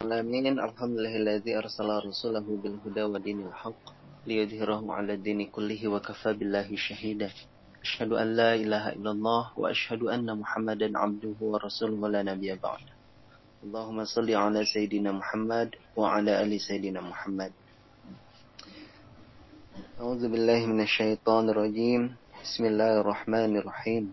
Alamin. Alhamdulillahilladzi arsala rasulahu bil huda wa dinil haqq liyudhhirahu 'ala dini kullihi wa kafa billahi shahida. Asyhadu an la ilaha illallah wa asyhadu anna Muhammadan 'abduhu wa rasuluhu la nabiyya ba'da. Allahumma shalli 'ala sayyidina Muhammad wa 'ala ali sayyidina Muhammad. A'udzu billahi minasyaitonir rajim. Bismillahirrahmanirrahim.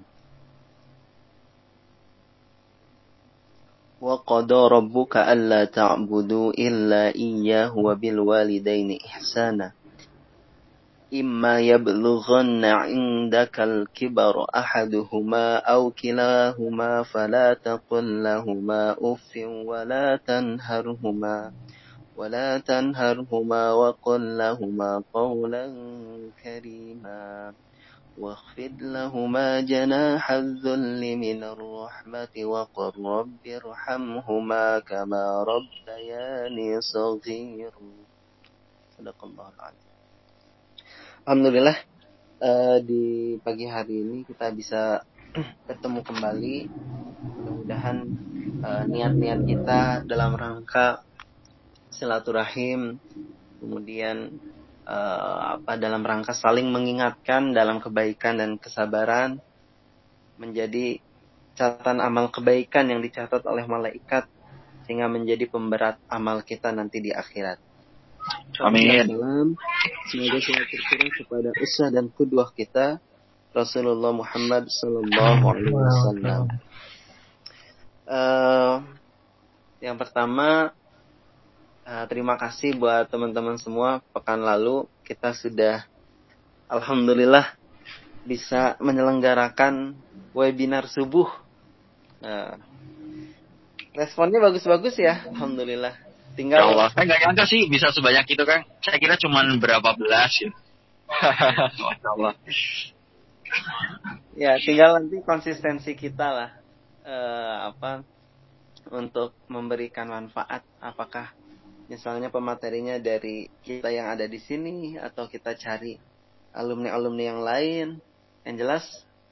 وَقَضَى رَبُّكَ أَلَّا تَعْبُدُوا إِلَّا إِيَّاهُ وَبِالْوَالِدَيْنِ إِحْسَانًا إِمَّا يَبْلُغَنَّ عِندَكَ الْكِبَرَ أَحَدُهُمَا أَوْ كِلَاهُمَا فَلَا تَقُل لَّهُمَا أُفٍّ وَلَا تَنْهَرْهُمَا وَقُل لَّهُمَا قَوْلًا كَرِيمًا واخفض لهما جناح الذل من الرحمة وقل رب ارحمهما كما ربياني صغيرا. Sadaqallahul adzim. Alhamdulillah, di pagi hari ini kita bisa ketemu kembali. Mudah-mudahan niat-niat kita dalam rangka silaturahim, kemudian dalam rangka saling mengingatkan dalam kebaikan dan kesabaran menjadi catatan amal kebaikan yang dicatat oleh malaikat sehingga menjadi pemberat amal kita nanti di akhirat. Amin. Semoga selalu tercurah kepada uswah dan qudwah kita Rasulullah Muhammad sallallahu alaihi wasallam. Yang pertama, terima kasih buat teman-teman semua. Pekan lalu kita sudah alhamdulillah bisa menyelenggarakan webinar subuh. Responnya bagus-bagus ya, alhamdulillah. Tinggal Allah, saya nggak nyangka sih bisa sebanyak itu, Kang. Saya kira cuma berapa belas ya. Masya Allah. Ya, tinggal nanti konsistensi kita lah, untuk memberikan manfaat. Apakah misalnya pematerinya dari kita yang ada di sini atau kita cari alumni-alumni yang lain. Yang jelas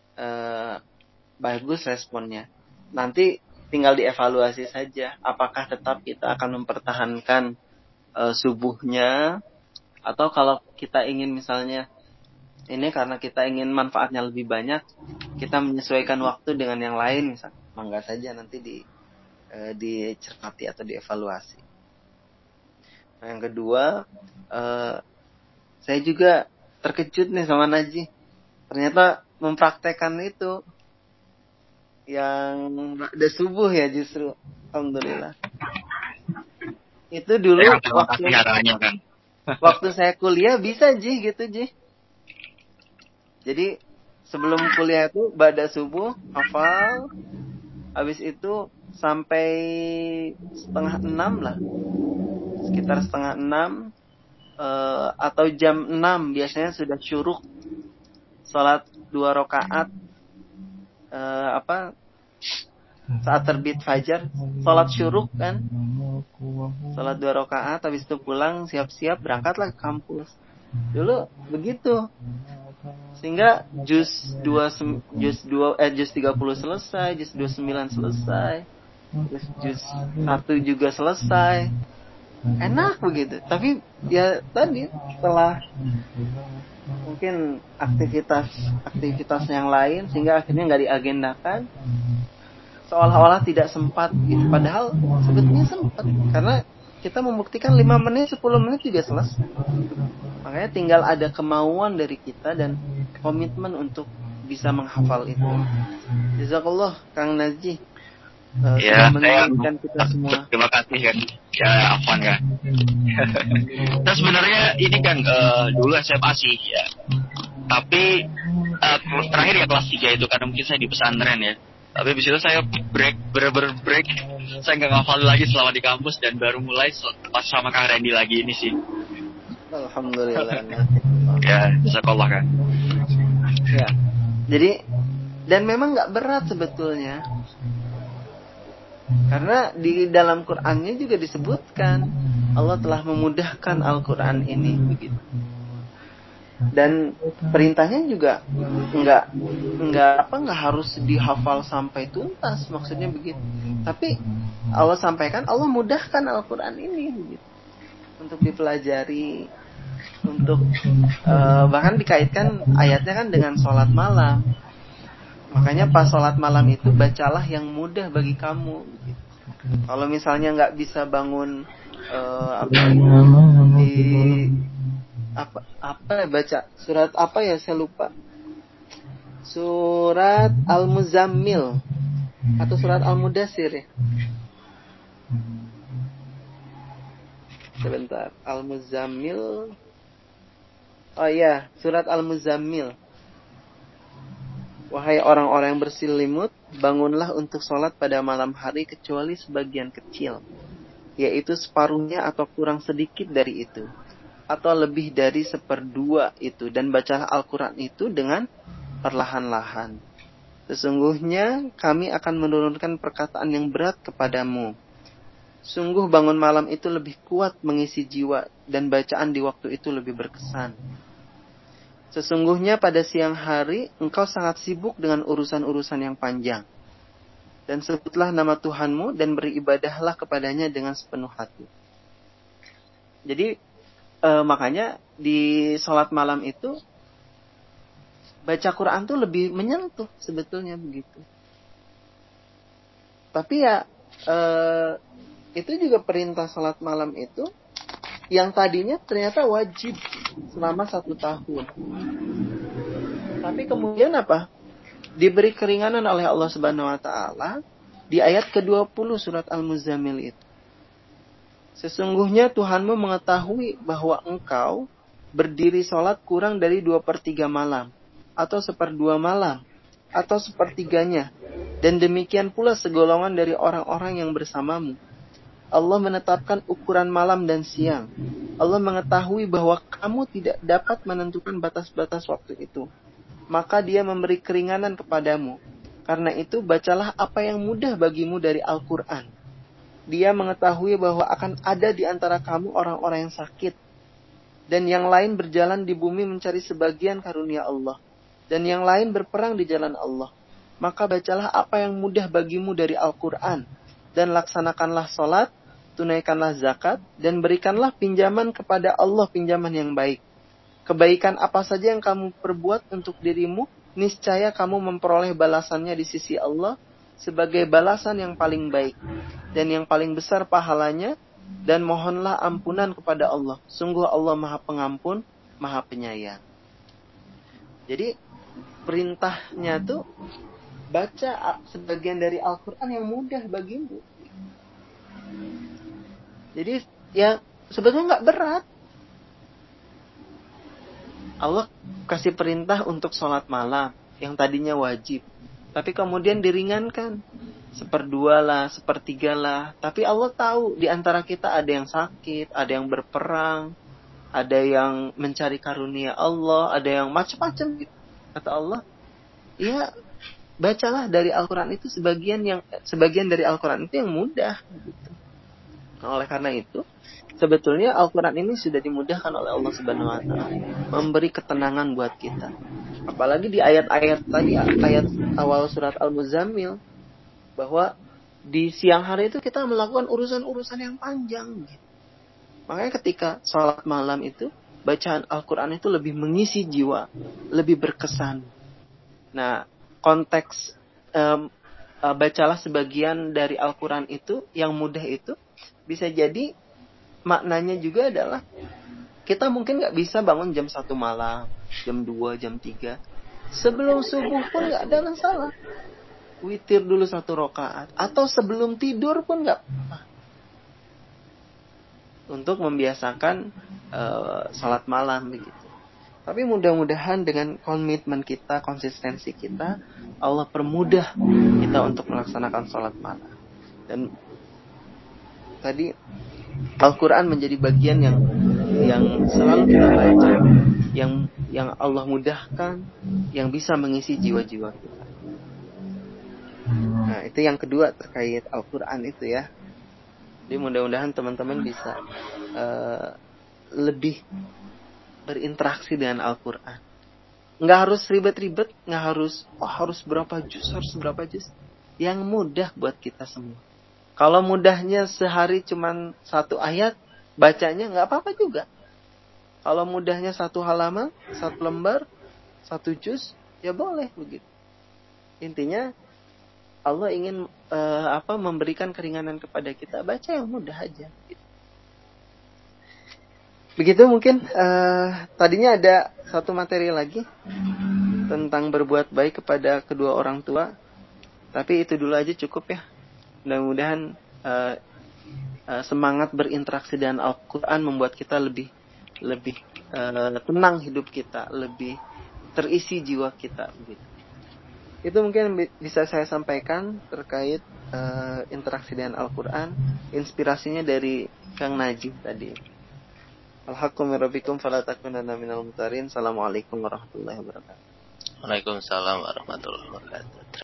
bagus responnya. Nanti tinggal dievaluasi saja apakah tetap kita akan mempertahankan subuhnya atau kalau kita ingin misalnya ini karena kita ingin manfaatnya lebih banyak, kita menyesuaikan waktu dengan yang lain misalnya. Mangga saja nanti dicermati atau dievaluasi. Nah, yang kedua, saya juga terkejut nih sama Najih. Ternyata mempraktekkan itu yang ada subuh ya justru. Alhamdulillah. Itu dulu waktu saya kuliah bisa Ji gitu Ji. Jadi sebelum kuliah itu ba'da subuh hafal, habis itu sampai 5:30 lah. Sekitar 5:30 atau jam 6 biasanya sudah syuruk, sholat 2 rakaat, saat terbit fajar, sholat syuruk kan, sholat 2 rakaat, habis itu pulang siap-siap berangkatlah ke kampus. Dulu begitu, sehingga juz 30 selesai, juz 29 selesai, terus juz 1 juga selesai. Enak begitu. Tapi ya tadi setelah mungkin aktivitas yang lain sehingga akhirnya nggak diagendakan, seolah-olah tidak sempat gitu. Padahal sebetulnya sempat karena kita membuktikan 5 menit 10 menit juga selesai. Makanya tinggal ada kemauan dari kita dan komitmen untuk bisa menghafal itu. Jazakallah Kang Najih. Ya, saya kita semua. Terima kasih kan. Ya, afwan kan. Nah, sebenarnya ini kan dulu SMA sih ya. Tapi terakhir ya kelas 3 itu karena mungkin saya di pesantren ya. Tapi habis itu saya break. Saya nggak ngafal lagi selama di kampus dan baru mulai pas sama Kang Randy lagi ini sih. Alhamdulillah. Ya, jazakallah kan. Ya. Jadi dan memang nggak berat sebetulnya. Karena di dalam Qur'annya juga disebutkan Allah telah memudahkan Al-Qur'an ini begitu. Dan perintahnya juga nggak harus dihafal sampai tuntas, maksudnya begitu. Tapi Allah sampaikan, Allah mudahkan Al-Quran ini gitu, untuk dipelajari, untuk bahkan dikaitkan ayatnya kan dengan sholat malam. Makanya pas sholat malam itu bacalah yang mudah bagi kamu gitu. Kalau misalnya nggak bisa bangun baca surat apa ya, saya lupa, surat Al-Muzammil atau surat Al-Mudassir ya, sebentar, Al-Muzammil, oh iya, surat Al-Muzammil. Wahai orang-orang yang berselimut, bangunlah untuk sholat pada malam hari kecuali sebagian kecil, yaitu separuhnya atau kurang sedikit dari itu, atau lebih dari seperdua itu, dan bacalah Al-Quran itu dengan perlahan-lahan. Sesungguhnya kami akan menurunkan perkataan yang berat kepadamu. Sungguh bangun malam itu lebih kuat mengisi jiwa, dan bacaan di waktu itu lebih berkesan. Sesungguhnya pada siang hari engkau sangat sibuk dengan urusan-urusan yang panjang. Dan sebutlah nama Tuhanmu dan beribadahlah kepadanya dengan sepenuh hati. Jadi makanya di sholat malam itu baca Quran tuh lebih menyentuh sebetulnya begitu. Tapi ya itu juga perintah sholat malam itu yang tadinya ternyata wajib selama 1 tahun. Tapi kemudian apa? Diberi keringanan oleh Allah Subhanahu wa taala di ayat ke-20 surat Al-Muzammil itu. Sesungguhnya Tuhanmu mengetahui bahwa engkau berdiri sholat kurang dari 2/3 malam, atau 1/2 malam, atau 1/3-nya. Dan demikian pula segolongan dari orang-orang yang bersamamu. Allah menetapkan ukuran malam dan siang. Allah mengetahui bahwa kamu tidak dapat menentukan batas-batas waktu itu. Maka dia memberi keringanan kepadamu. Karena itu bacalah apa yang mudah bagimu dari Al-Quran. Dia mengetahui bahwa akan ada di antara kamu orang-orang yang sakit. Dan yang lain berjalan di bumi mencari sebagian karunia Allah. Dan yang lain berperang di jalan Allah. Maka bacalah apa yang mudah bagimu dari Al-Quran. Dan laksanakanlah sholat, tunaikanlah zakat, dan berikanlah pinjaman kepada Allah pinjaman yang baik. Kebaikan apa saja yang kamu perbuat untuk dirimu, niscaya kamu memperoleh balasannya di sisi Allah sebagai balasan yang paling baik dan yang paling besar pahalanya, dan mohonlah ampunan kepada Allah. Sungguh Allah Maha Pengampun, Maha Penyayang. Jadi perintahnya tuh baca sebagian dari Al-Quran yang mudah bagimu. Jadi ya sebetulnya nggak berat. Allah kasih perintah untuk sholat malam yang tadinya wajib, tapi kemudian diringankan 1/2 lah, 1/3 lah. Tapi Allah tahu di antara kita ada yang sakit, ada yang berperang, ada yang mencari karunia Allah, ada yang macam-macam. Kata Allah, ya bacalah dari Al-Quran itu sebagian dari Al-Quran itu yang mudah. Gitu. Nah, oleh karena itu, sebetulnya Al-Quran ini sudah dimudahkan oleh Allah Subhanahu wa taala, memberi ketenangan buat kita. Apalagi di ayat-ayat tadi, ayat awal surat Al-Muzammil, bahwa di siang hari itu kita melakukan urusan-urusan yang panjang. Gitu. Makanya ketika sholat malam itu, bacaan Al-Quran itu lebih mengisi jiwa, lebih berkesan. Nah, konteks bacalah sebagian dari Al-Quran itu, yang mudah itu, bisa jadi maknanya juga adalah kita mungkin gak bisa bangun jam 1 malam, jam 2, jam 3. Sebelum subuh pun gak ada masalah. Witir dulu 1 rakaat. Atau sebelum tidur pun gak apa-apa. Untuk membiasakan salat malam begitu. Tapi mudah-mudahan dengan komitmen kita, konsistensi kita, Allah permudah kita untuk melaksanakan salat malam. Dan tadi Al-Quran menjadi bagian yang selalu kita baca, yang Allah mudahkan, yang bisa mengisi jiwa-jiwa kita. Nah, itu yang kedua terkait Al-Quran itu ya. Jadi mudah-mudahan teman-teman bisa lebih berinteraksi dengan Al-Quran. Nggak harus ribet-ribet, nggak harus berapa juz. Yang mudah buat kita semua. Kalau mudahnya sehari cuman 1 ayat, bacanya nggak apa-apa juga. Kalau mudahnya 1 halaman, 1 lembar, 1 juz, ya boleh begitu. Intinya Allah ingin memberikan keringanan kepada kita, baca yang mudah aja. Begitu mungkin tadinya ada satu materi lagi tentang berbuat baik kepada kedua orang tua, tapi itu dulu aja cukup ya. Mudah-mudahan semangat berinteraksi dengan Al-Quran membuat kita lebih tenang hidup kita, lebih terisi jiwa kita. Begitu. Itu mungkin bisa saya sampaikan terkait interaksi dengan Al-Quran. Inspirasinya dari Kang Najib tadi. Al-haqqu min rabbikum fala takunanna minal mumtarin. Assalamualaikum warahmatullahi wabarakatuh. Waalaikumsalam warahmatullahi wabarakatuh.